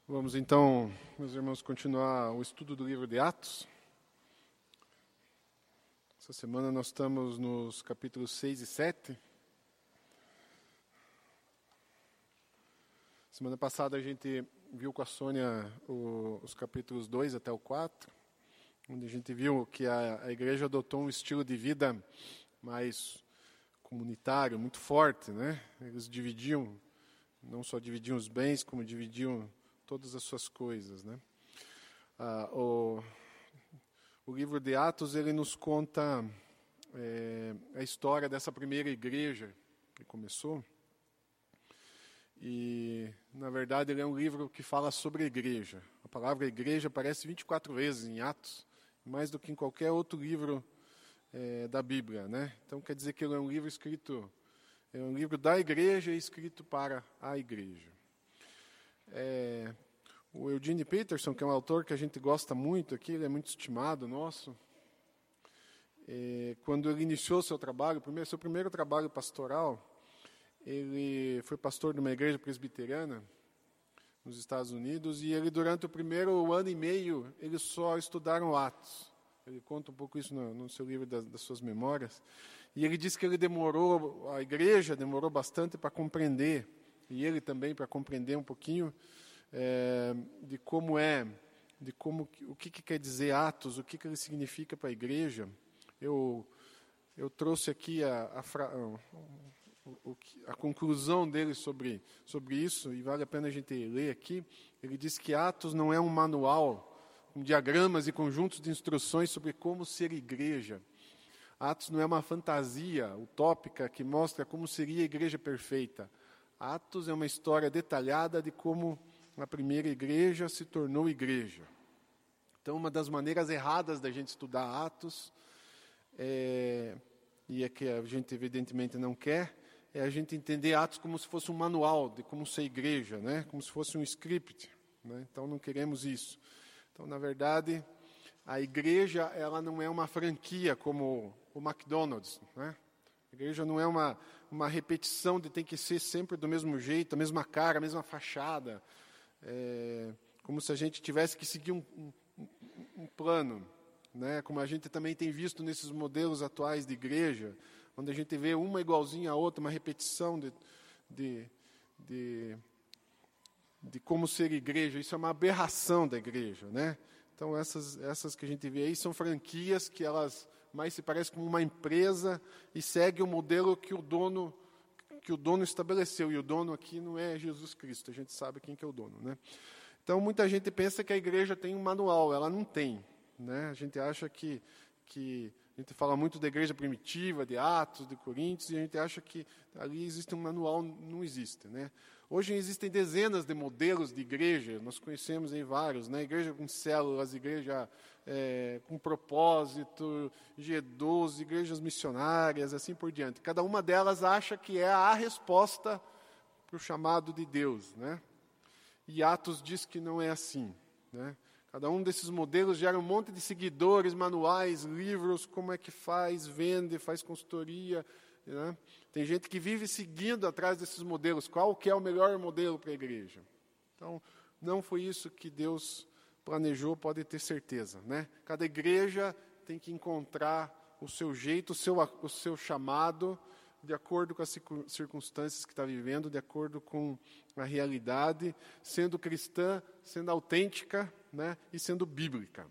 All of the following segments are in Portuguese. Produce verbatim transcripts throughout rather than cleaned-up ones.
Vamos então, meus irmãos, continuar o estudo do livro de Atos. Essa semana nós estamos nos capítulos seis e sete. Semana passada a gente viu com a Sônia o, os capítulos dois até o quatro, onde a gente viu que a, a igreja adotou um estilo de vida mais comunitário, muito forte, né? Eles dividiam, não só dividiam os bens, como dividiam todas as suas coisas, né? Ah, o, o livro de Atos, ele nos conta é, a história dessa primeira igreja que começou. E, na verdade, ele é um livro que fala sobre a igreja. A palavra igreja aparece vinte e quatro vezes em Atos, mais do que em qualquer outro livro é, da Bíblia, né? Então, quer dizer que ele é um livro escrito, é um livro da igreja e escrito para a igreja. É, o Eugene Peterson, que é um autor que a gente gosta muito aqui, ele é muito estimado nosso. É, quando ele iniciou seu trabalho, primeiro, seu primeiro trabalho pastoral, ele foi pastor de uma igreja presbiteriana nos Estados Unidos, e ele, durante o primeiro ano e meio, eles só estudaram Atos. Ele conta um pouco isso no, no seu livro das, das suas memórias. E ele diz que ele demorou, a igreja demorou bastante para compreender, e ele também para compreender um pouquinho é, de como é, de como, o que, que quer dizer Atos, o que, que ele significa para a igreja. Eu, eu trouxe aqui a, a, a, a conclusão dele sobre, sobre isso, e vale a pena a gente ler aqui. Ele diz que Atos não é um manual com diagramas e conjuntos de instruções sobre como ser igreja. Atos não é uma fantasia utópica que mostra como seria a igreja perfeita. Atos é uma história detalhada de como a primeira igreja se tornou igreja. Então, uma das maneiras erradas da gente estudar Atos, é, e é que a gente evidentemente não quer, é a gente entender Atos como se fosse um manual de como ser igreja, né? Como se fosse um script, né? Então, não queremos isso. Então, na verdade, a igreja, ela não é uma franquia como o McDonald's, né? A igreja não é uma, uma repetição de tem que ser sempre do mesmo jeito, a mesma cara, a mesma fachada, é, como se a gente tivesse que seguir um, um, um plano, né? Como a gente também tem visto nesses modelos atuais de igreja, onde a gente vê uma igualzinha a outra, uma repetição de, de, de, de como ser igreja. Isso é uma aberração da igreja, né? Então, essas, essas que a gente vê aí são franquias que elas mais se parecem com uma empresa e segue o modelo que o dono, que o dono estabeleceu. E o dono aqui não é Jesus Cristo, a gente sabe quem que é o dono, né? Então, muita gente pensa que a igreja tem um manual, ela não tem, né? A gente acha que, que a gente fala muito da igreja primitiva, de Atos, de Coríntios, e a gente acha que ali existe um manual, não existe, né? Hoje existem dezenas de modelos de igreja, nós conhecemos aí vários, né? Igreja com células, igreja é, com propósito, G doze, igrejas missionárias, assim por diante. Cada uma delas acha que é a resposta para o chamado de Deus, né? E Atos diz que não é assim, né? Cada um desses modelos gera um monte de seguidores, manuais, livros, como é que faz, vende, faz consultoria, né? Tem gente que vive seguindo atrás desses modelos. Qual que é o melhor modelo para a igreja? Então, não foi isso que Deus planejou, pode ter certeza, né? Cada igreja tem que encontrar o seu jeito, o seu, o seu chamado, de acordo com as circunstâncias que está vivendo, de acordo com a realidade, sendo cristã, sendo autêntica, né? E sendo bíblica.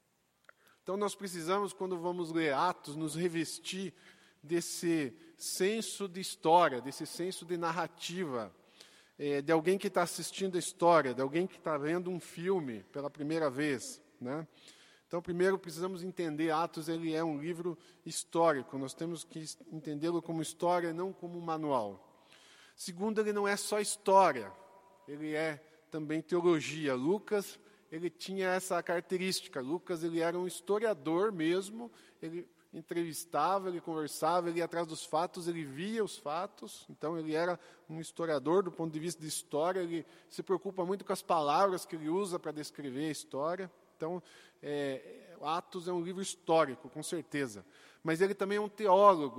Então, nós precisamos, quando vamos ler Atos, nos revestir desse senso de história, desse senso de narrativa, é, de alguém que está assistindo a história, de alguém que está vendo um filme pela primeira vez, né? Então, primeiro, precisamos entender, Atos ele é um livro histórico, nós temos que entendê-lo como história, não como um manual. Segundo, ele não é só história, ele é também teologia. Lucas, ele tinha essa característica, Lucas ele era um historiador mesmo, ele entrevistava, ele conversava, ele ia atrás dos fatos, ele via os fatos, então ele era um historiador do ponto de vista de história, ele se preocupa muito com as palavras que ele usa para descrever a história. Então, é, Atos é um livro histórico, com certeza, mas ele também é um teólogo,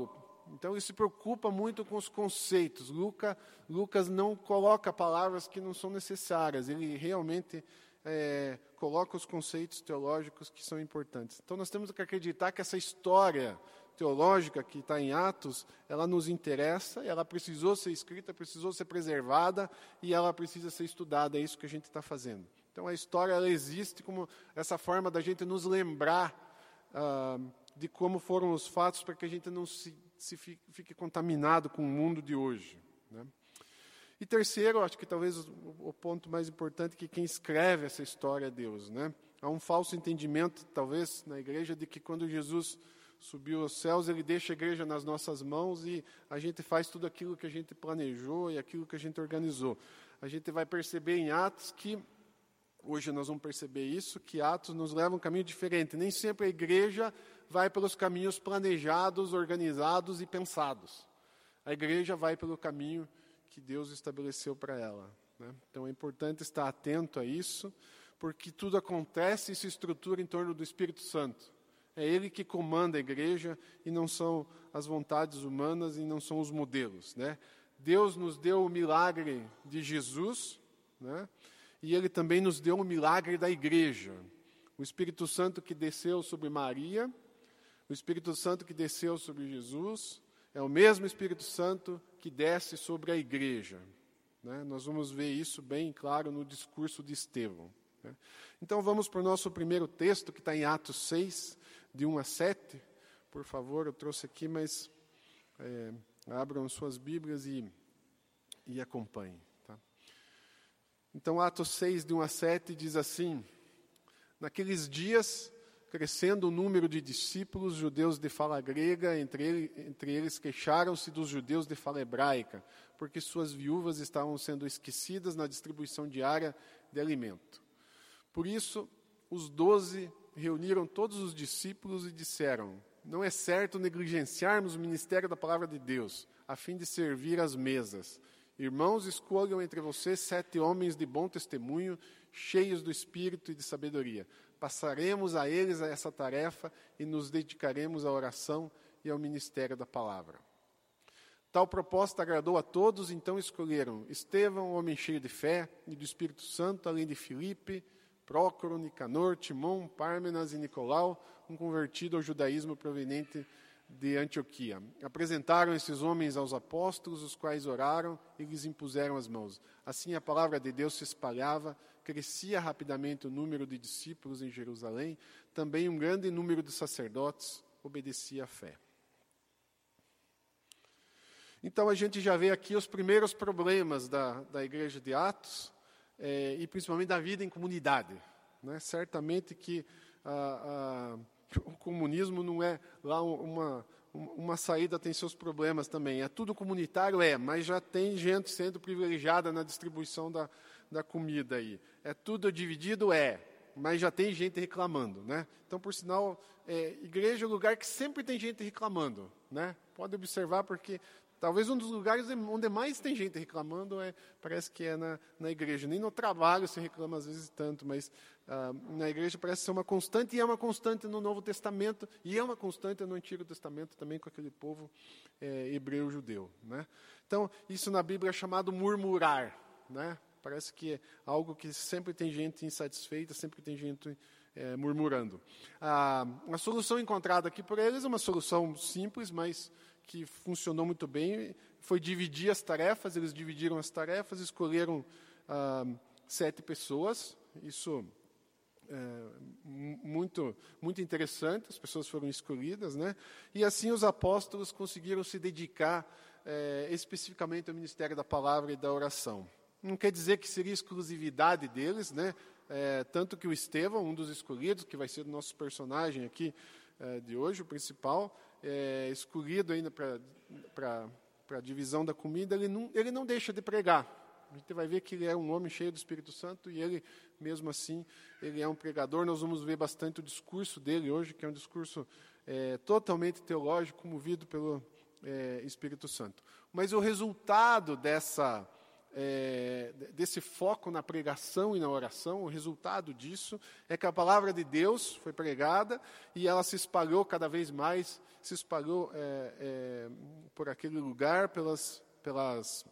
Então, ele se preocupa muito com os conceitos. Luca, Lucas não coloca palavras que não são necessárias. Ele realmente é, coloca os conceitos teológicos que são importantes. Então, nós temos que acreditar que essa história teológica que está em Atos, ela nos interessa, ela precisou ser escrita, precisou ser preservada e ela precisa ser estudada. É isso que a gente está fazendo. Então, a história ela existe como essa forma da gente nos lembrar ah, de como foram os fatos para que a gente não se, se fique, fique contaminado com o mundo de hoje, né? E terceiro, acho que talvez o, o ponto mais importante é que quem escreve essa história é Deus, né? Há um falso entendimento, talvez, na igreja, de que quando Jesus subiu aos céus, ele deixa a igreja nas nossas mãos e a gente faz tudo aquilo que a gente planejou e aquilo que a gente organizou. A gente vai perceber em Atos que, hoje nós vamos perceber isso, que Atos nos leva a um caminho diferente. Nem sempre a igreja vai pelos caminhos planejados, organizados e pensados. A igreja vai pelo caminho que Deus estabeleceu para ela, né? Então é importante estar atento a isso, porque tudo acontece e se estrutura em torno do Espírito Santo. É Ele que comanda a igreja e não são as vontades humanas e não são os modelos, né? Deus nos deu o milagre de Jesus, né? E Ele também nos deu o milagre da igreja. O Espírito Santo que desceu sobre Maria, o Espírito Santo que desceu sobre Jesus, é o mesmo Espírito Santo que desce sobre a igreja, né? Nós vamos ver isso bem claro no discurso de Estevão, né? Então vamos para o nosso primeiro texto, que está em Atos seis, de um a sete. Por favor, eu trouxe aqui, mas é, abram suas Bíblias e, e acompanhem. Tá? Então, Atos seis, de um a sete, diz assim: naqueles dias, crescendo o número de discípulos, judeus de fala grega, entre, ele, entre eles queixaram-se dos judeus de fala hebraica, porque suas viúvas estavam sendo esquecidas na distribuição diária de alimento. Por isso, os doze reuniram todos os discípulos e disseram: não é certo negligenciarmos o ministério da palavra de Deus, a fim de servir às mesas. Irmãos, escolham entre vocês sete homens de bom testemunho, cheios do Espírito e de sabedoria. Passaremos a eles essa tarefa e nos dedicaremos à oração e ao ministério da palavra. Tal proposta agradou a todos, então escolheram Estevão, homem cheio de fé e do Espírito Santo, além de Filipe, Prócoro, Nicanor, Timon, Pármenas e Nicolau, um convertido ao judaísmo proveniente de Antioquia. Apresentaram esses homens aos apóstolos, os quais oraram e lhes impuseram as mãos. Assim a palavra de Deus se espalhava, crescia rapidamente o número de discípulos em Jerusalém, também um grande número de sacerdotes obedecia à fé. Então a gente já vê aqui os primeiros problemas da, da igreja de Atos, É, e principalmente da vida em comunidade, né? Certamente que ah, ah, o comunismo não é lá uma, uma saída, tem seus problemas também. É tudo comunitário, é, mas já tem gente sendo privilegiada na distribuição da, da comida aí. É tudo dividido, é, mas já tem gente reclamando, né? Então, por sinal, é, igreja é um lugar que sempre tem gente reclamando, né? Pode observar, porque talvez um dos lugares onde mais tem gente reclamando é, parece que é na, na igreja. Nem no trabalho se reclama às vezes tanto, mas ah, na igreja parece ser uma constante, e é uma constante no Novo Testamento, e é uma constante no Antigo Testamento também com aquele povo é, hebreu-judeu, né? Então, isso na Bíblia é chamado murmurar, né? Parece que é algo que sempre tem gente insatisfeita, sempre tem gente é, murmurando. Ah, a solução encontrada aqui por eles é uma solução simples, mas que funcionou muito bem, foi dividir as tarefas. Eles dividiram as tarefas, escolheram ah, sete pessoas. Isso é muito, muito interessante, as pessoas foram escolhidas, né? E assim os apóstolos conseguiram se dedicar é, especificamente ao ministério da palavra e da oração. Não quer dizer que seria exclusividade deles, né? É, tanto que o Estevão, um dos escolhidos, que vai ser o nosso personagem aqui é, de hoje, o principal, É, escolhido ainda para a divisão da comida, ele não, ele não deixa de pregar. A gente vai ver que ele é um homem cheio do Espírito Santo e ele, mesmo assim, ele é um pregador. Nós vamos ver bastante o discurso dele hoje, que é um discurso é, totalmente teológico, movido pelo é, Espírito Santo. Mas o resultado dessa, é, desse foco na pregação e na oração, o resultado disso é que a palavra de Deus foi pregada e ela se espalhou cada vez mais, se espalhou é, é, por aquele lugar, pelas, pelas,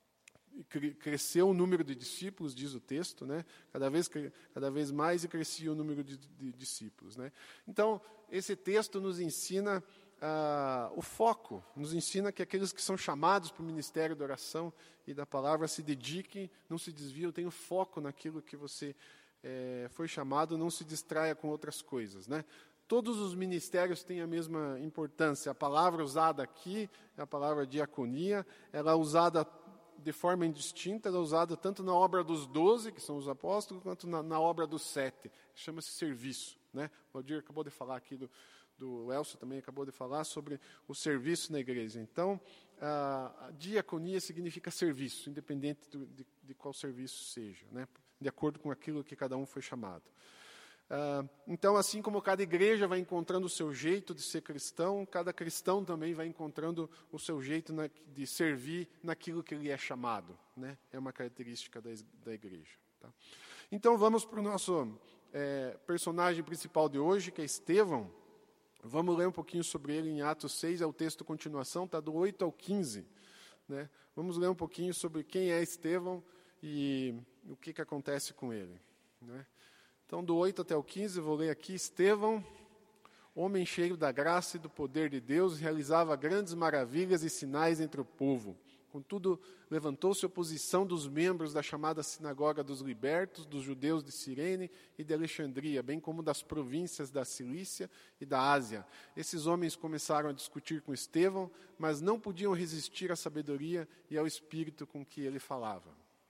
cresceu o número de discípulos, diz o texto, né? cada, vez, cada vez mais e crescia o número de, de discípulos. Né? Então, esse texto nos ensina Uh, o foco, nos ensina que aqueles que são chamados para o ministério da oração e da palavra se dediquem, não se desviem, tenham foco naquilo que você é, foi chamado, não se distraia com outras coisas. Né? Todos os ministérios têm a mesma importância. A palavra usada aqui é a palavra diaconia, ela é usada de forma indistinta, ela é usada tanto na obra dos doze, que são os apóstolos, quanto na, na obra dos sete, chama-se serviço. Né? O Valdir acabou de falar aqui do do Elcio também acabou de falar sobre o serviço na igreja. Então, a, a diaconia significa serviço, independente do, de, de qual serviço seja, né? De acordo com aquilo que cada um foi chamado. Uh, então, assim como cada igreja vai encontrando o seu jeito de ser cristão, cada cristão também vai encontrando o seu jeito na, de servir naquilo que ele é chamado. Né? É uma característica da, da igreja. Tá? Então, vamos para o nosso é, personagem principal de hoje, que é Estevão. Vamos ler um pouquinho sobre ele em Atos seis, é o texto continuação, está do oito ao quinze. Né? Vamos ler um pouquinho sobre quem é Estevão e o que, que acontece com ele. Né? Então, do oito até o quinze, eu vou ler aqui. Estevão, homem cheio da graça e do poder de Deus, realizava grandes maravilhas e sinais entre o povo. Contudo, levantou-se oposição dos membros da chamada Sinagoga dos Libertos, dos judeus de Cirene e de Alexandria, bem como das províncias da Cilícia e da Ásia. Esses homens começaram a discutir com Estevão, mas não podiam resistir à sabedoria e ao espírito com que ele falava.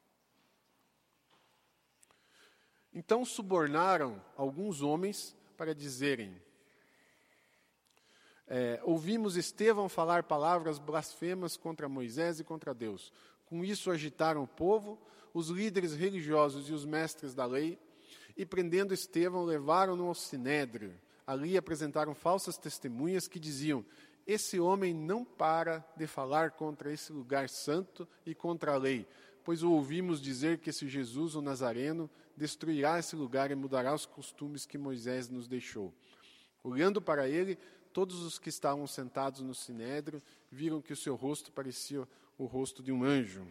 Então subornaram alguns homens para dizerem: É, ouvimos Estevão falar palavras blasfemas contra Moisés e contra Deus. Com isso agitaram o povo, os líderes religiosos e os mestres da lei, e prendendo Estevão, levaram-no ao sinédrio. Ali apresentaram falsas testemunhas que diziam: esse homem não para de falar contra esse lugar santo e contra a lei, pois o ouvimos dizer que esse Jesus, o Nazareno, destruirá esse lugar e mudará os costumes que Moisés nos deixou. Olhando para ele, todos os que estavam sentados no sinédrio viram que o seu rosto parecia o rosto de um anjo.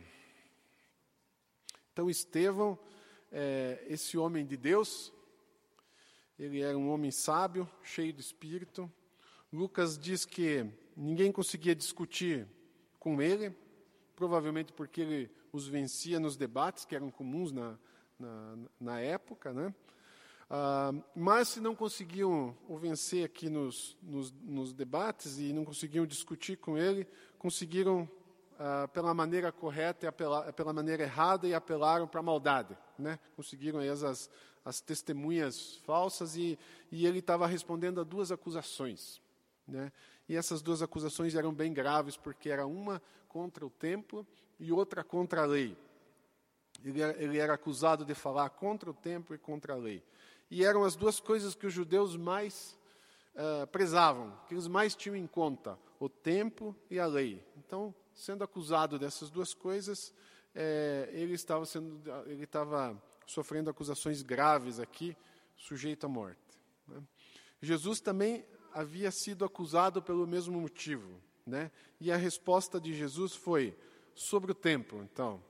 Então, Estevão, é, esse homem de Deus, ele era um homem sábio, cheio de espírito. Lucas diz que ninguém conseguia discutir com ele, provavelmente porque ele os vencia nos debates que eram comuns na, na, na época, né? Ah, mas se não conseguiam o vencer aqui nos, nos, nos debates e não conseguiam discutir com ele, conseguiram ah, pela maneira correta e apelar, pela maneira errada e apelaram para a maldade. Né? Conseguiram aí as, as, as testemunhas falsas e, e ele estava respondendo a duas acusações. Né? E essas duas acusações eram bem graves, porque era uma contra o templo e outra contra a lei. Ele era, ele era acusado de falar contra o templo e contra a lei. E eram as duas coisas que os judeus mais uh, prezavam, que eles mais tinham em conta, o templo e a lei. Então, sendo acusado dessas duas coisas, eh, ele estava sendo, ele estava sofrendo acusações graves aqui, sujeito à morte. Né? Jesus também havia sido acusado pelo mesmo motivo, né? E a resposta de Jesus foi sobre o templo. Então,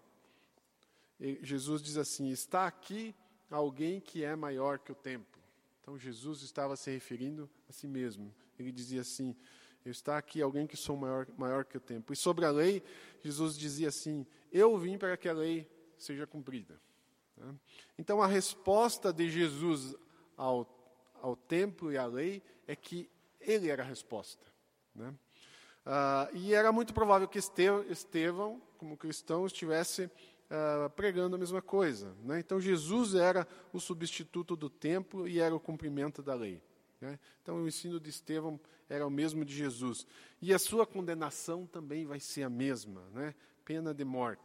Jesus diz assim: está aqui alguém que é maior que o templo. Então, Jesus estava se referindo a si mesmo. Ele dizia assim: está aqui alguém que sou maior, maior que o templo. E sobre a lei, Jesus dizia assim: eu vim para que a lei seja cumprida. Então, a resposta de Jesus ao, ao templo e à lei é que ele era a resposta. Né? Ah, e era muito provável que Estevão, como cristão, estivesse Uh, pregando a mesma coisa. Né? Então, Jesus era o substituto do templo e era o cumprimento da lei. Né? Então, o ensino de Estevão era o mesmo de Jesus. E a sua condenação também vai ser a mesma, né? Pena de morte.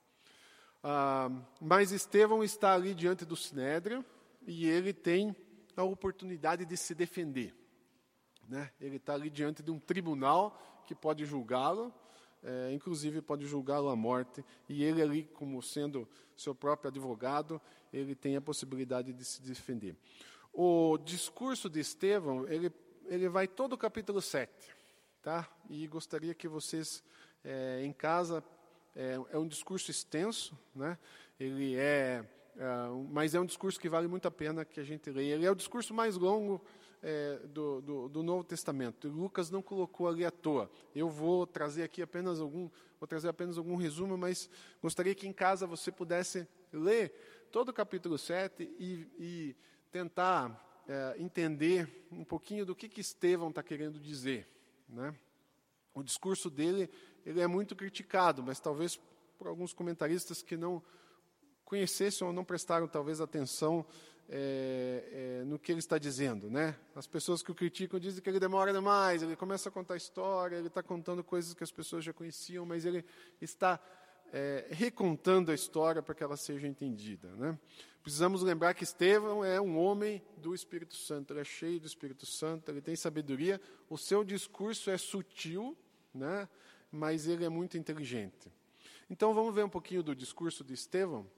Uh, mas Estevão está ali diante do sinédrio e ele tem a oportunidade de se defender. Né? Ele está ali diante de um tribunal que pode julgá-lo. é, inclusive pode julgá-lo à morte, e ele ali, como sendo seu próprio advogado, ele tem a possibilidade de se defender. O discurso de Estevão, ele, ele vai todo o capítulo sete, tá? E gostaria que vocês, é, em casa, é, é um discurso extenso, né? Ele é, é, mas é um discurso que vale muito a pena que a gente leia. Ele é o discurso mais longo é, do, do, do Novo Testamento. E Lucas não colocou ali à toa. Eu vou trazer aqui apenas algum, vou trazer apenas algum resumo, mas gostaria que em casa você pudesse ler todo o capítulo sete e, e tentar é, entender um pouquinho do que, que Estevão está querendo dizer, né? O discurso dele, ele é muito criticado, mas talvez por alguns comentaristas que não conhecessem ou não prestaram talvez atenção é, é, no que ele está dizendo, né? As pessoas que o criticam dizem que ele demora demais, ele começa a contar história, ele está contando coisas que as pessoas já conheciam, mas ele está é, recontando a história para que ela seja entendida, né? Precisamos lembrar que Estevão é um homem do Espírito Santo, ele é cheio do Espírito Santo, ele tem sabedoria, o seu discurso é sutil, né? Mas ele é muito inteligente. Então vamos ver um pouquinho do discurso de Estevão.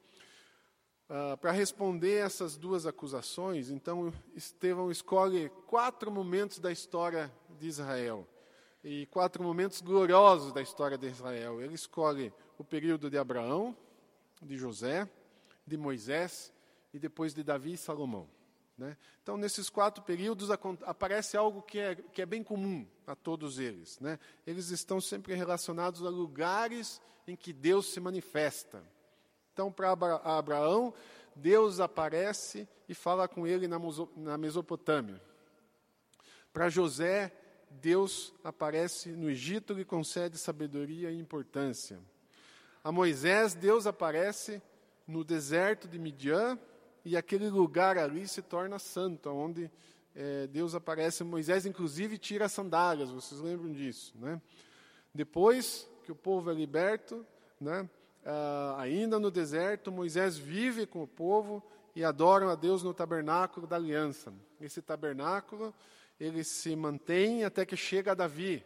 Uh, para responder essas duas acusações, então Estevão escolhe quatro momentos da história de Israel, e quatro momentos gloriosos da história de Israel. Ele escolhe o período de Abraão, de José, de Moisés, e depois de Davi e Salomão, né? Então, nesses quatro períodos, aparece algo que é, que é bem comum a todos eles, né? Eles estão sempre relacionados a lugares em que Deus se manifesta. Então, para Abraão, Deus aparece e fala com ele na Mesopotâmia. Para José, Deus aparece no Egito e lhe concede sabedoria e importância. A Moisés, Deus aparece no deserto de Midian, e aquele lugar ali se torna santo, onde é, Deus aparece. Moisés, inclusive, tira as sandálias, vocês lembram disso, né? Depois que o povo é liberto, né, ah, ainda no deserto, Moisés vive com o povo e adoram a Deus no tabernáculo da aliança. Esse tabernáculo, ele se mantém até que chega a Davi.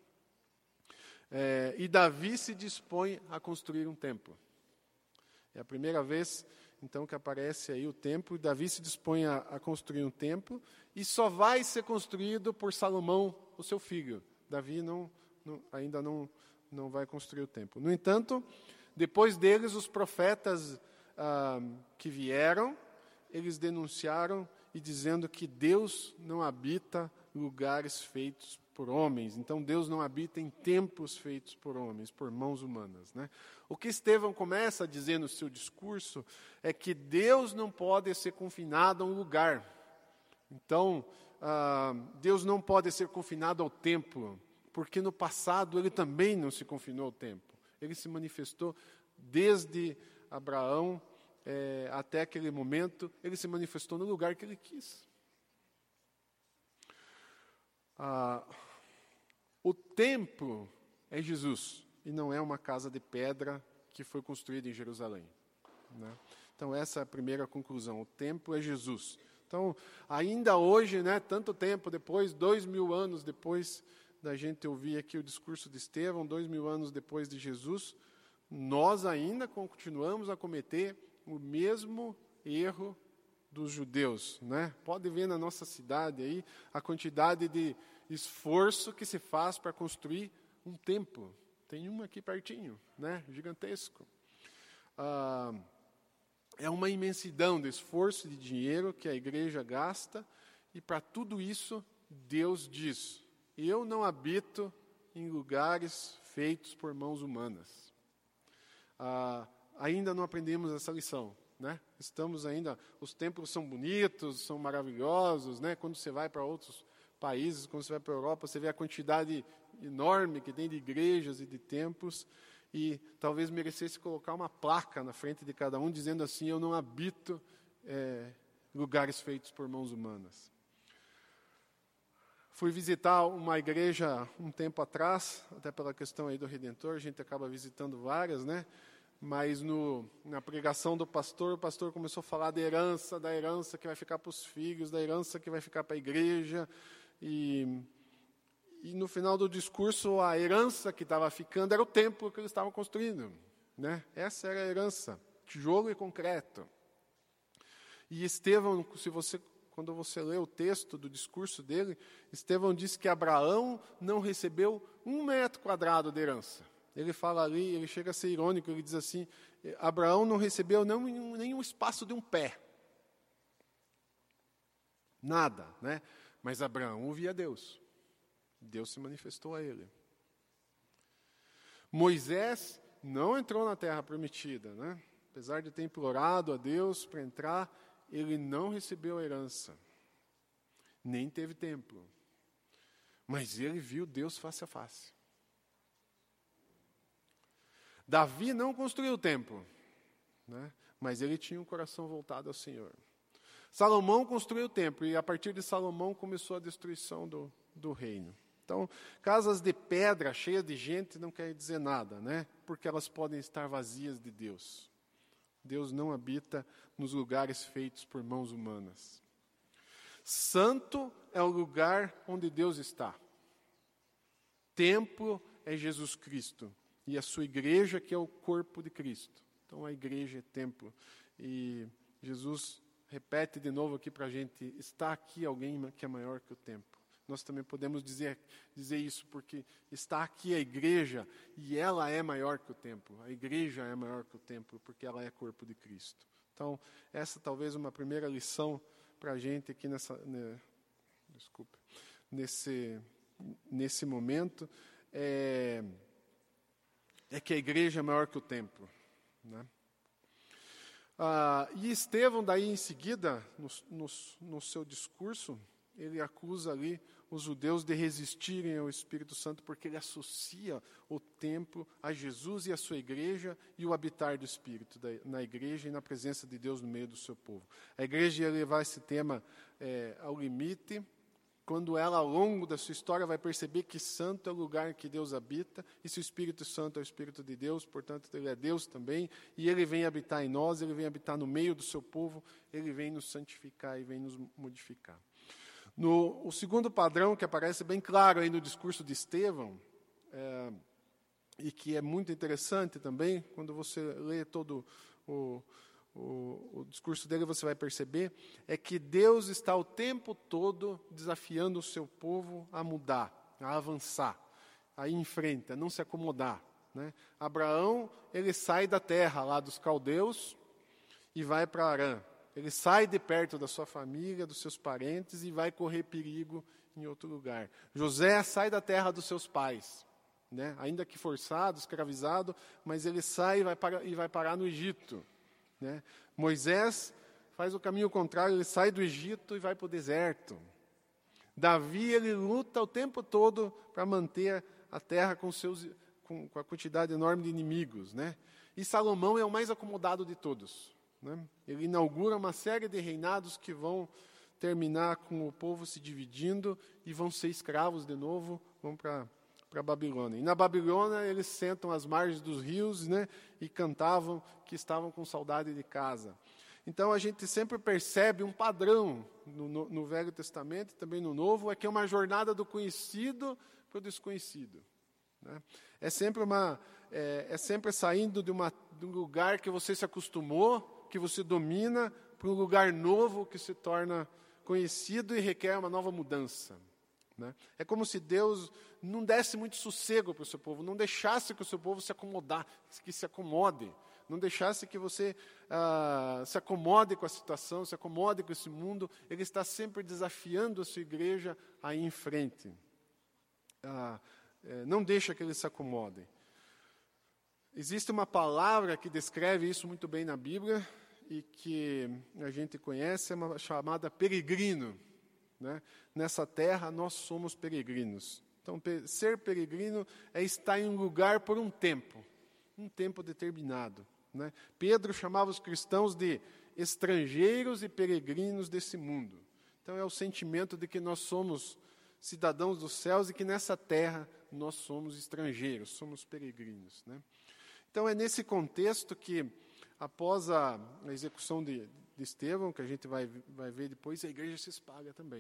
É, e Davi se dispõe a construir um templo. É a primeira vez, então, que aparece aí o templo, e Davi se dispõe a, a construir um templo, e só vai ser construído por Salomão, o seu filho. Davi não, não, ainda não, não vai construir o templo. No entanto, depois deles, os profetas ah, que vieram, eles denunciaram e dizendo que Deus não habita lugares feitos por homens. Então, Deus não habita em templos feitos por homens, por mãos humanas, né? O que Estevão começa a dizer no seu discurso é que Deus não pode ser confinado a um lugar. Então, ah, Deus não pode ser confinado ao templo, porque no passado ele também não se confinou ao templo. Ele se manifestou desde Abraão é, até aquele momento, ele se manifestou no lugar que ele quis. Ah, o templo é Jesus, e não é uma casa de pedra que foi construída em Jerusalém, né? Então, essa é a primeira conclusão. O templo é Jesus. Então, ainda hoje, né, tanto tempo depois, dois mil anos depois da gente ouvir aqui o discurso de Estevão, dois mil anos depois de Jesus, nós ainda continuamos a cometer o mesmo erro dos judeus, né? Pode ver na nossa cidade aí a quantidade de esforço que se faz para construir um templo. Tem um aqui pertinho, né? Gigantesco. Ah, é uma imensidão de esforço e de dinheiro que a igreja gasta, e para tudo isso Deus diz: eu não habito em lugares feitos por mãos humanas. Ah, ainda não aprendemos essa lição, né? Estamos ainda, os templos são bonitos, são maravilhosos, né? Quando você vai para outros países, quando você vai para a Europa, você vê a quantidade enorme que tem de igrejas e de templos, e talvez merecesse colocar uma placa na frente de cada um, dizendo assim: eu não habito é, lugares feitos por mãos humanas. Fui visitar uma igreja um tempo atrás, até pela questão aí do Redentor, a gente acaba visitando várias, né? Mas no, na pregação do pastor, o pastor começou a falar da herança, da herança que vai ficar para os filhos, da herança que vai ficar para a igreja, e, E no final do discurso, a herança que estava ficando era o templo que eles estavam construindo, né? Essa era a herança, tijolo e concreto. E Estevão, se você, quando você lê o texto do discurso dele, Estevão diz que Abraão não recebeu um metro quadrado de herança. Ele fala ali, ele chega a ser irônico, ele diz assim, Abraão não recebeu nem, nem um espaço de um pé. Nada, né? Mas Abraão ouvia Deus. Deus se manifestou a ele. Moisés não entrou na terra prometida, né? Apesar de ter implorado a Deus para entrar, ele não recebeu a herança. Nem teve templo. Mas ele viu Deus face a face. Davi não construiu o templo, né? Mas ele tinha um coração voltado ao Senhor. Salomão construiu o templo e a partir de Salomão começou a destruição do, do reino. Então, casas de pedra cheias de gente não quer dizer nada, né? Porque elas podem estar vazias de Deus. Deus não habita nos lugares feitos por mãos humanas. Santo é o lugar onde Deus está. Templo é Jesus Cristo e a sua igreja que é o corpo de Cristo. Então, a igreja é templo. E Jesus repete de novo aqui para a gente, está aqui alguém que é maior que o templo. Nós também podemos dizer, dizer isso, porque está aqui a igreja e ela é maior que o templo. A igreja é maior que o templo, porque ela é corpo de Cristo. Então, essa talvez uma primeira lição para a gente aqui nessa, né, desculpa, nesse, nesse momento, é, é que a igreja é maior que o templo, né? Ah, e Estevão, daí em seguida, no, no, no seu discurso, ele acusa ali os judeus de resistirem ao Espírito Santo, porque ele associa o templo a Jesus e a sua igreja e o habitar do Espírito da, na igreja e na presença de Deus no meio do seu povo. A igreja ia levar esse tema é, ao limite, quando ela, ao longo da sua história, vai perceber que santo é o lugar em que Deus habita, e se o Espírito Santo é o Espírito de Deus, portanto, ele é Deus também, e ele vem habitar em nós, ele vem habitar no meio do seu povo, ele vem nos santificar e vem nos modificar. No, o segundo padrão, que aparece bem claro aí no discurso de Estevão, é, e que é muito interessante também, quando você lê todo o... O, o discurso dele, você vai perceber, é que Deus está o tempo todo desafiando o seu povo a mudar, a avançar, a ir em frente, a não se acomodar, né? Abraão, ele sai da terra lá dos caldeus e vai para Harã. Ele sai de perto da sua família, dos seus parentes e vai correr perigo em outro lugar. José sai da terra dos seus pais, né? Ainda que forçado, escravizado, mas ele sai e vai, para, e vai parar no Egito. Né? Moisés faz o caminho contrário, ele sai do Egito e vai para o deserto. Davi, ele luta o tempo todo para manter a terra com, seus, com, com a quantidade enorme de inimigos. Né? E Salomão é o mais acomodado de todos. Né? Ele inaugura uma série de reinados que vão terminar com o povo se dividindo e vão ser escravos de novo, vão para... para a Babilônia. E na Babilônia eles sentam às margens dos rios, né, e cantavam que estavam com saudade de casa. Então a gente sempre percebe um padrão no, no, no Velho Testamento e também no Novo, é que é uma jornada do conhecido para o desconhecido. Né? É sempre uma, é, é sempre saindo de, uma, de um lugar que você se acostumou, que você domina, para um lugar novo que se torna conhecido e requer uma nova mudança. Né? É como se Deus não desse muito sossego para o seu povo, não deixasse que o seu povo se acomodar, que se acomode, não deixasse que você ah, se acomode com a situação, se acomode com esse mundo. Ele está sempre desafiando a sua igreja a ir em frente. Ah, é, não deixa que eles se acomodem. Existe uma palavra que descreve isso muito bem na Bíblia e que a gente conhece, é uma chamada peregrino. Né? Nessa terra nós somos peregrinos. Então, ser peregrino é estar em um lugar por um tempo, um tempo determinado. Né? Pedro chamava os cristãos de estrangeiros e peregrinos desse mundo. Então, é o sentimento de que nós somos cidadãos dos céus e que nessa terra nós somos estrangeiros, somos peregrinos. Né? Então, é nesse contexto que, após a, a execução de de Estevão, que a gente vai, vai ver depois, a igreja se espalha também.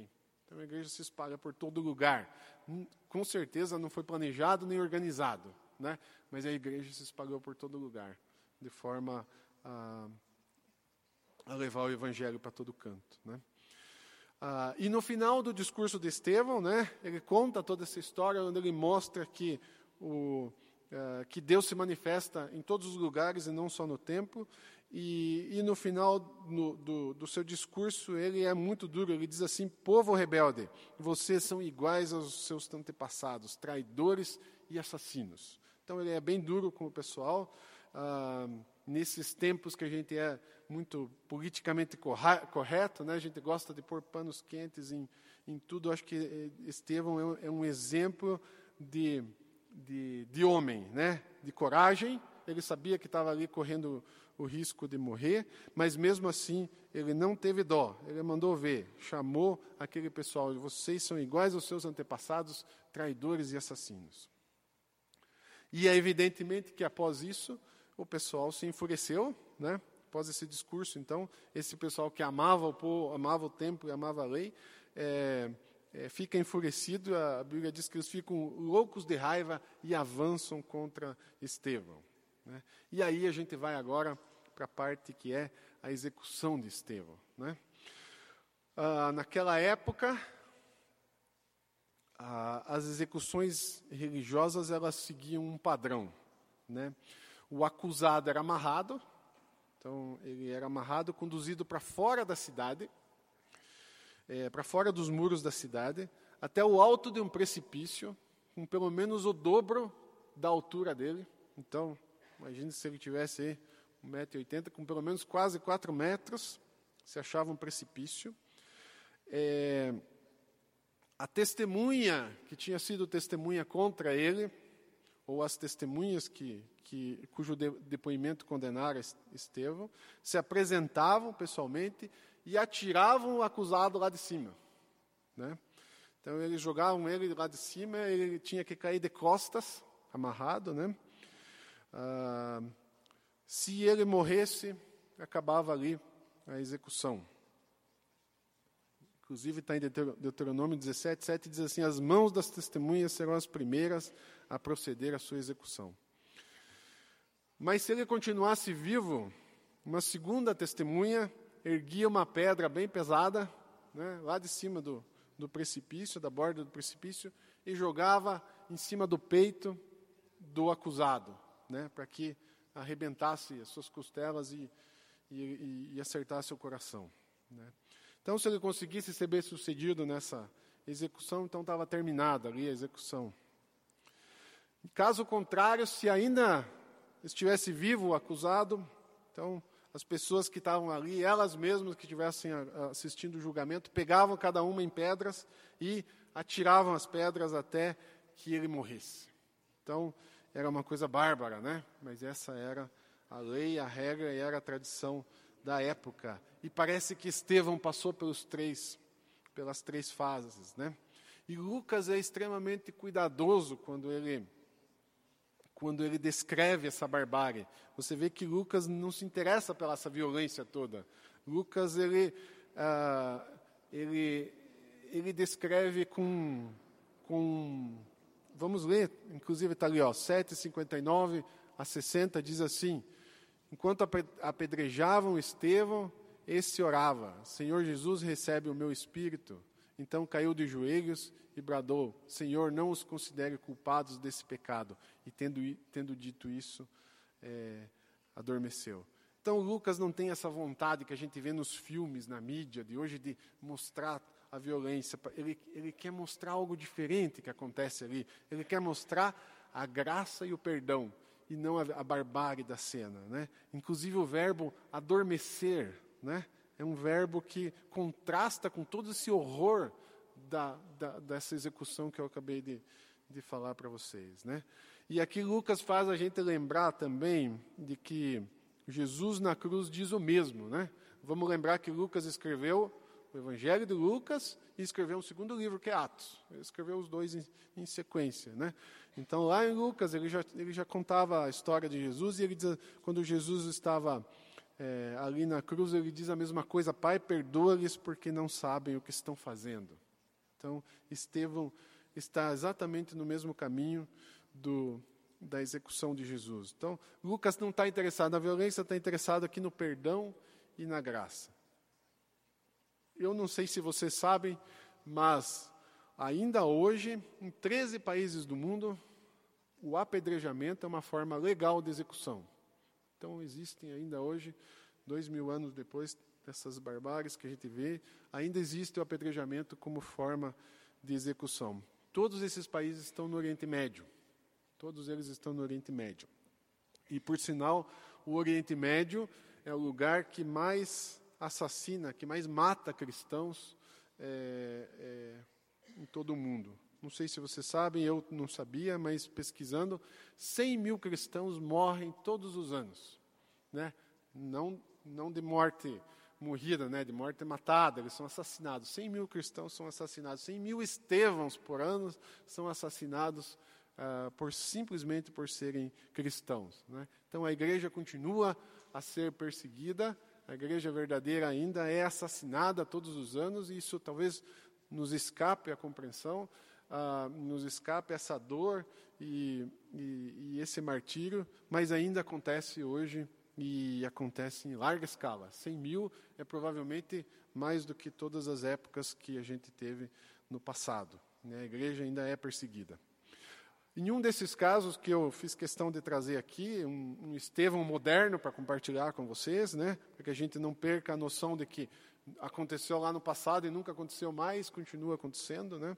Então a igreja se espalha por todo lugar. Com certeza não foi planejado nem organizado, né? Mas a igreja se espalhou por todo lugar, de forma a, a levar o evangelho para todo canto, né? Ah, e no final do discurso de Estevão, né, ele conta toda essa história, onde ele mostra que, o, uh, que Deus se manifesta em todos os lugares e não só no templo. E, e no final no, do, do seu discurso, ele é muito duro. Ele diz assim: povo rebelde, vocês são iguais aos seus antepassados, traidores e assassinos. Então ele é bem duro com o pessoal. Ah, nesses tempos que a gente é muito politicamente correto, né? A gente gosta de pôr panos quentes em, em tudo. Acho que Estevão é um, é um exemplo de, de, de homem, né? De coragem. Ele sabia que estava ali correndo o risco de morrer, mas mesmo assim ele não teve dó. Ele mandou ver, chamou aquele pessoal: vocês são iguais aos seus antepassados, traidores e assassinos. E é evidentemente que após isso o pessoal se enfureceu, né? Após esse discurso, então, esse pessoal que amava o povo, amava o templo e amava a lei, é, é, fica enfurecido. A Bíblia diz que eles ficam loucos de raiva e avançam contra Estevão, né? E aí a gente vai agora para a parte que é a execução de Estevão, né? Ah, naquela época, ah, as execuções religiosas, elas seguiam um padrão, né? O acusado era amarrado. Então, ele era amarrado, conduzido para fora da cidade, é, para fora dos muros da cidade, até o alto de um precipício, com pelo menos o dobro da altura dele. Então, imagine se ele tivesse aí um metro e oitenta, com pelo menos quase quatro metros, se achava um precipício. É, a testemunha, que tinha sido testemunha contra ele, ou as testemunhas que, que, cujo de, depoimento condenaram Estevão, se apresentavam pessoalmente e atiravam o acusado lá de cima, né? Então, eles jogavam ele lá de cima, ele tinha que cair de costas, amarrado, né? Ah, se ele morresse, acabava ali a execução. Inclusive, está em Deuteronômio dezessete, sete, diz assim: as mãos das testemunhas serão as primeiras a proceder à sua execução. Mas se ele continuasse vivo, uma segunda testemunha erguia uma pedra bem pesada, né, lá de cima do, do precipício, da borda do precipício, e jogava em cima do peito do acusado, né, para que arrebentasse as suas costelas e, e, e acertasse o coração, né. Então, se ele conseguisse ser bem sucedido nessa execução, então estava terminada ali a execução. Caso contrário, se ainda estivesse vivo o acusado, então as pessoas que estavam ali, elas mesmas que estivessem assistindo o julgamento, pegavam cada uma em pedras e atiravam as pedras até que ele morresse. Então, era uma coisa bárbara, né? Mas essa era a lei, a regra e era a tradição da época. E parece que Estevão passou pelos três, pelas três fases, né? E Lucas é extremamente cuidadoso quando ele, quando ele descreve essa barbárie. Você vê que Lucas não se interessa pela essa violência toda. Lucas, ele, ah, ele, ele descreve com, com... Vamos ler, inclusive está ali, ó, sete, cinquenta e nove a sessenta, diz assim: enquanto apedrejavam Estevão, esse orava: Senhor Jesus, recebe o meu espírito. Então caiu de joelhos e bradou: Senhor, não os considere culpados desse pecado. E tendo, tendo dito isso, é, adormeceu. Então Lucas não tem essa vontade que a gente vê nos filmes, na mídia de hoje, de mostrar a violência. Ele, ele quer mostrar algo diferente que acontece ali. Ele quer mostrar a graça e o perdão, e não a, a barbárie da cena, né? Inclusive o verbo adormecer, né, é um verbo que contrasta com todo esse horror da, da, dessa execução que eu acabei de, de falar para vocês, né? E aqui Lucas faz a gente lembrar também de que Jesus na cruz diz o mesmo, né? Vamos lembrar que Lucas escreveu o Evangelho de Lucas e escreveu um segundo livro, que é Atos. Ele escreveu os dois em, em sequência, né? Então, lá em Lucas, ele já, ele já contava a história de Jesus, e ele diz, quando Jesus estava é, ali na cruz, ele diz a mesma coisa: Pai, perdoa-lhes porque não sabem o que estão fazendo. Então, Estevão está exatamente no mesmo caminho do, da execução de Jesus. Então, Lucas não está interessado na violência, está interessado aqui no perdão e na graça. Eu não sei se vocês sabem, mas ainda hoje, em treze países do mundo, o apedrejamento é uma forma legal de execução. Então, existem ainda hoje, dois mil anos depois dessas barbáries que a gente vê, ainda existe o apedrejamento como forma de execução. Todos esses países estão no Oriente Médio. Todos eles estão no Oriente Médio. E, por sinal, o Oriente Médio é o lugar que mais assassina, que mais mata cristãos é, é, em todo o mundo. Não sei se vocês sabem, eu não sabia, mas pesquisando, cem mil cristãos morrem todos os anos. Né? Não, não de morte morrida, né? De morte matada, eles são assassinados. cem mil cristãos são assassinados. cem mil Estevãos por ano são assassinados uh, por, simplesmente por serem cristãos. Né? Então a igreja continua a ser perseguida, a igreja verdadeira ainda é assassinada todos os anos, e isso talvez nos escape a compreensão, uh, nos escape essa dor e, e, e esse martírio, mas ainda acontece hoje e acontece em larga escala. cem mil é provavelmente mais do que todas as épocas que a gente teve no passado. Né? A igreja ainda é perseguida. Em um desses casos que eu fiz questão de trazer aqui, um, um Estevão moderno para compartilhar com vocês, né? Para que a gente não perca a noção de que aconteceu lá no passado e nunca aconteceu mais, continua acontecendo. Né?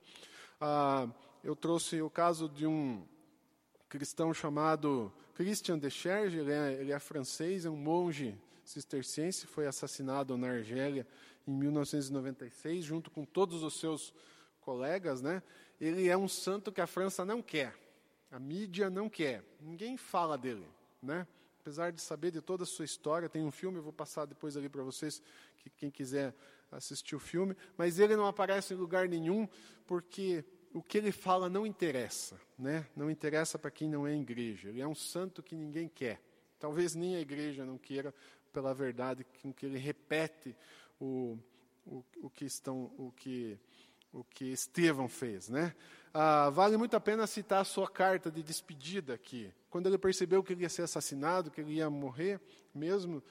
Ah, eu trouxe o caso de um cristão chamado Christian de Cherge, ele é, ele é francês, é um monge cisterciense, foi assassinado na Argélia em mil novecentos e noventa e seis, junto com todos os seus colegas. Né? Ele é um santo que a França não quer, a mídia não quer, ninguém fala dele. Né? Apesar de saber de toda a sua história, tem um filme, eu vou passar depois ali para vocês, que quem quiser assistir o filme, mas ele não aparece em lugar nenhum, porque o que ele fala não interessa, né? Não interessa para quem não é igreja. Ele é um santo que ninguém quer. Talvez nem a igreja não queira, pela verdade com que ele repete o, o, o, que, estão, o, que, o que Estevão fez. Né? Ah, vale muito a pena citar a sua carta de despedida aqui. Quando ele percebeu que ele ia ser assassinado, que ele ia morrer mesmo,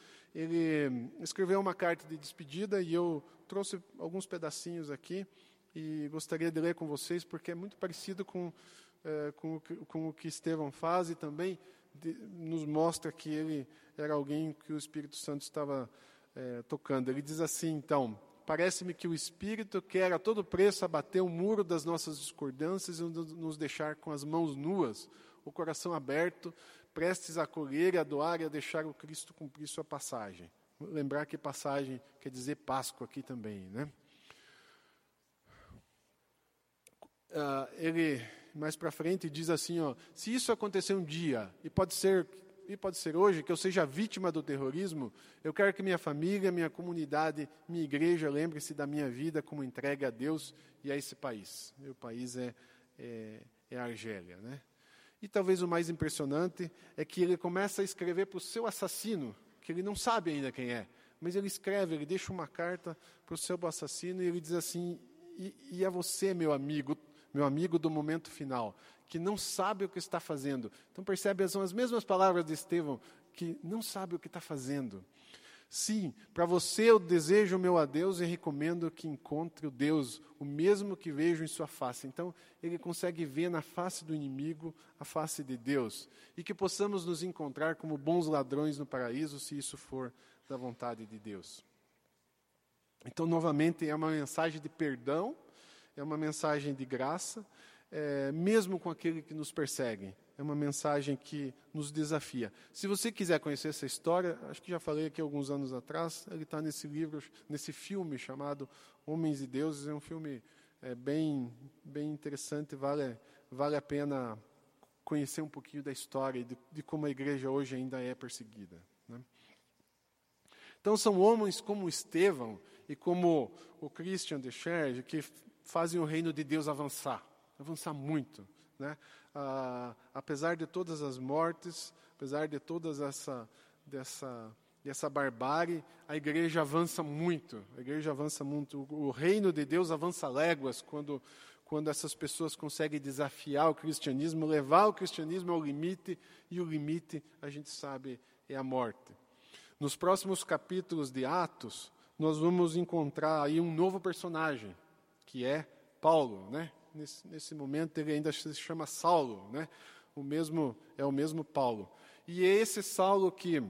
ele escreveu uma carta de despedida e eu trouxe alguns pedacinhos aqui, e gostaria de ler com vocês, porque é muito parecido com, é, com, o, que, com o que Estevão faz, e também de, nos mostra que ele era alguém que o Espírito Santo estava é, tocando. Ele diz assim, então: parece-me que o Espírito quer a todo preço abater o muro das nossas discordâncias e nos deixar com as mãos nuas, o coração aberto, prestes a acolher, a doar e a deixar o Cristo cumprir sua passagem. Lembrar que passagem quer dizer Páscoa aqui também, né? Uh, ele, mais para frente, diz assim, ó, se isso acontecer um dia, e pode ser, e pode ser hoje, que eu seja vítima do terrorismo, eu quero que minha família, minha comunidade, minha igreja lembre-se da minha vida como entregue a Deus e a esse país. E o país é, é, é a Argélia. Né? E talvez o mais impressionante é que ele começa a escrever para o seu assassino, que ele não sabe ainda quem é, mas ele escreve, ele deixa uma carta para o seu assassino, e ele diz assim, e, e a você, meu amigo, meu amigo do momento final, que não sabe o que está fazendo. Então percebe, são as mesmas palavras de Estevão, que não sabe o que está fazendo. Sim, para você eu desejo o meu adeus e recomendo que encontre o Deus, o mesmo que vejo em sua face. Então ele consegue ver na face do inimigo a face de Deus. E que possamos nos encontrar como bons ladrões no paraíso, se isso for da vontade de Deus. Então, novamente, é uma mensagem de perdão, é uma mensagem de graça, é, mesmo com aquele que nos persegue. É uma mensagem que nos desafia. Se você quiser conhecer essa história, acho que já falei aqui alguns anos atrás, ele está nesse livro, nesse filme chamado Homens e Deuses. É um filme é, bem, bem interessante, vale, vale a pena conhecer um pouquinho da história e de, de como a igreja hoje ainda é perseguida. Né? Então, são homens como Estevão e como o Christian de Cherge que fazem o reino de Deus avançar, avançar muito. Né? Ah, apesar de todas as mortes, apesar de todas essa, dessa, dessa barbárie, a igreja avança muito. A igreja avança muito. O reino de Deus avança léguas quando, quando essas pessoas conseguem desafiar o cristianismo, levar o cristianismo ao limite, e o limite, a gente sabe, é a morte. Nos próximos capítulos de Atos, nós vamos encontrar aí um novo personagem, que é Paulo, né? Nesse, nesse momento ele ainda se chama Saulo, né? O mesmo, é o mesmo Paulo. E é esse Saulo que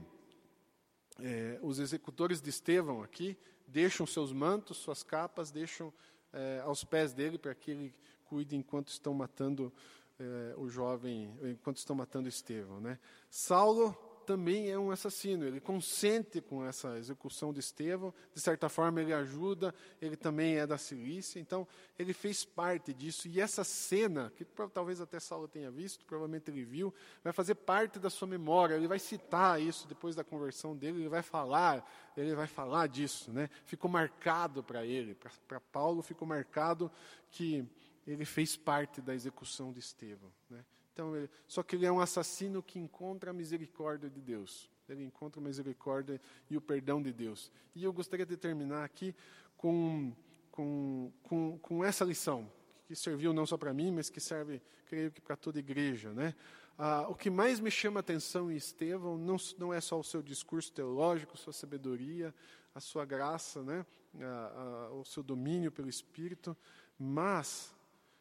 é, os executores de Estevão aqui deixam seus mantos, suas capas, deixam é, aos pés dele para que ele cuide enquanto estão matando é, o jovem, enquanto estão matando Estevão, né? Saulo também é um assassino, ele consente com essa execução de Estevão, de certa forma ele ajuda, ele também é da Cilícia, então ele fez parte disso, e essa cena, que talvez até Saulo tenha visto, provavelmente ele viu, vai fazer parte da sua memória, ele vai citar isso depois da conversão dele, ele vai falar, ele vai falar disso, né? Ficou marcado para ele, para Paulo ficou marcado que ele fez parte da execução de Estevão, né? Então, ele, só que ele é um assassino que encontra a misericórdia de Deus. Ele encontra a misericórdia e o perdão de Deus. E eu gostaria de terminar aqui com, com, com, com essa lição, que serviu não só para mim, mas que serve, creio que para toda a igreja, né? Ah, o que mais me chama a atenção em Estevão não, não é só o seu discurso teológico, sua sabedoria, a sua graça, né? Ah, ah, o seu domínio pelo Espírito, mas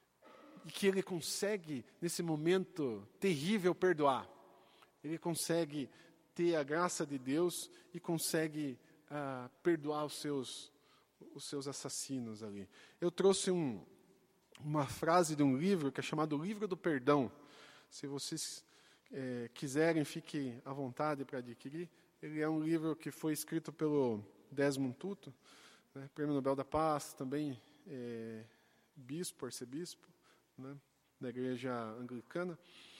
e que ele consegue, nesse momento terrível, perdoar. Ele consegue ter a graça de Deus e consegue ah, perdoar os seus, os seus assassinos ali. Eu trouxe um, uma frase de um livro que é chamado Livro do Perdão. Se vocês é, quiserem, fiquem à vontade para adquirir. Ele é um livro que foi escrito pelo Desmond Tutu, né, Prêmio Nobel da Paz, também é, bispo, arcebispo, né, da igreja anglicana.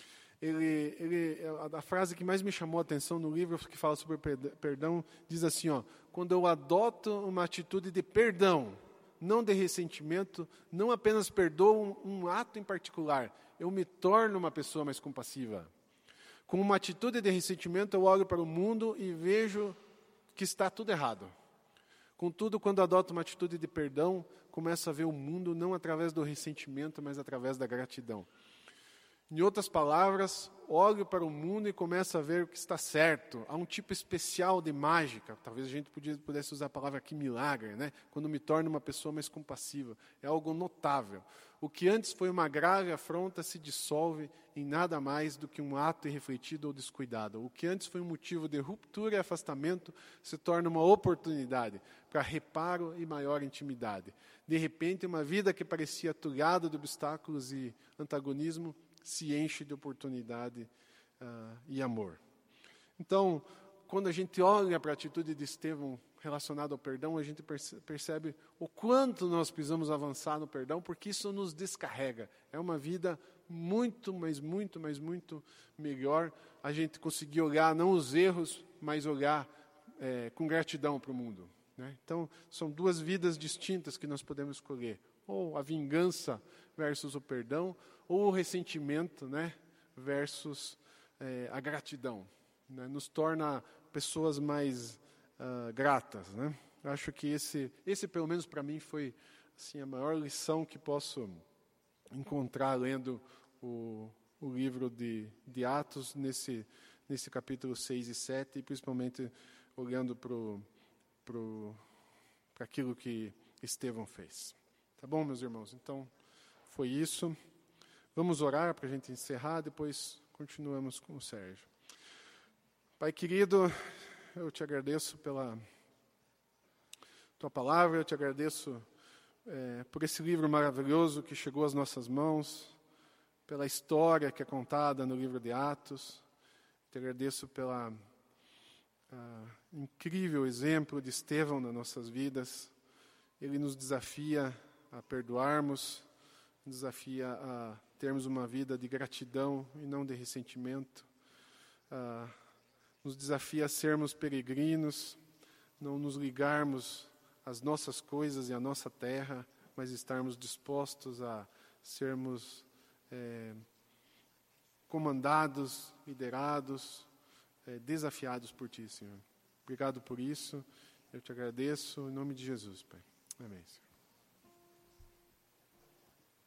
Ele, ele, a, a frase que mais me chamou a atenção no livro, que fala sobre perdão, diz assim, ó, quando eu adoto uma atitude de perdão, não de ressentimento, não apenas perdoo um, um ato em particular, eu me torno uma pessoa mais compassiva. Com uma atitude de ressentimento, eu olho para o mundo e vejo que está tudo errado. Contudo, quando adoto uma atitude de perdão, começo a ver o mundo não através do ressentimento, mas através da gratidão. Em outras palavras, olho para o mundo e começo a ver o que está certo. Há um tipo especial de mágica, talvez a gente pudesse usar a palavra aqui milagre, né? Quando me torno uma pessoa mais compassiva. É algo notável. O que antes foi uma grave afronta se dissolve em nada mais do que um ato irrefletido ou descuidado. O que antes foi um motivo de ruptura e afastamento se torna uma oportunidade para reparo e maior intimidade. De repente, uma vida que parecia atulhada de obstáculos e antagonismo se enche de oportunidade uh, e amor. Então, quando a gente olha para a atitude de Estevão relacionada ao perdão, a gente percebe o quanto nós precisamos avançar no perdão, porque isso nos descarrega. É uma vida muito, mas muito, mas muito melhor a gente conseguir olhar, não os erros, mas olhar é, com gratidão para o mundo, né? Então, são duas vidas distintas que nós podemos escolher. Ou a vingança versus o perdão, ou o ressentimento, né, versus é, a gratidão, né, nos torna pessoas mais uh, gratas, né? Acho que esse, esse pelo menos para mim foi assim, a maior lição que posso encontrar lendo o, o livro de, de Atos nesse, nesse capítulo seis e sete, e principalmente olhando para aquilo que Estevão fez. Tá bom, meus irmãos? Então, foi isso. Vamos orar para a gente encerrar, depois continuamos com o Sérgio. Pai querido, eu te agradeço pela tua palavra, eu te agradeço é, por esse livro maravilhoso que chegou às nossas mãos, pela história que é contada no livro de Atos. Te agradeço pela incrível exemplo de Estevão nas nossas vidas. Ele nos desafia a perdoarmos, nos desafia a termos uma vida de gratidão e não de ressentimento. Ah, nos desafia a sermos peregrinos, não nos ligarmos às nossas coisas e à nossa terra, mas estarmos dispostos a sermos é, comandados, liderados, é, desafiados por Ti, Senhor. Obrigado por isso. Eu te agradeço em nome de Jesus, Pai. Amém, Senhor.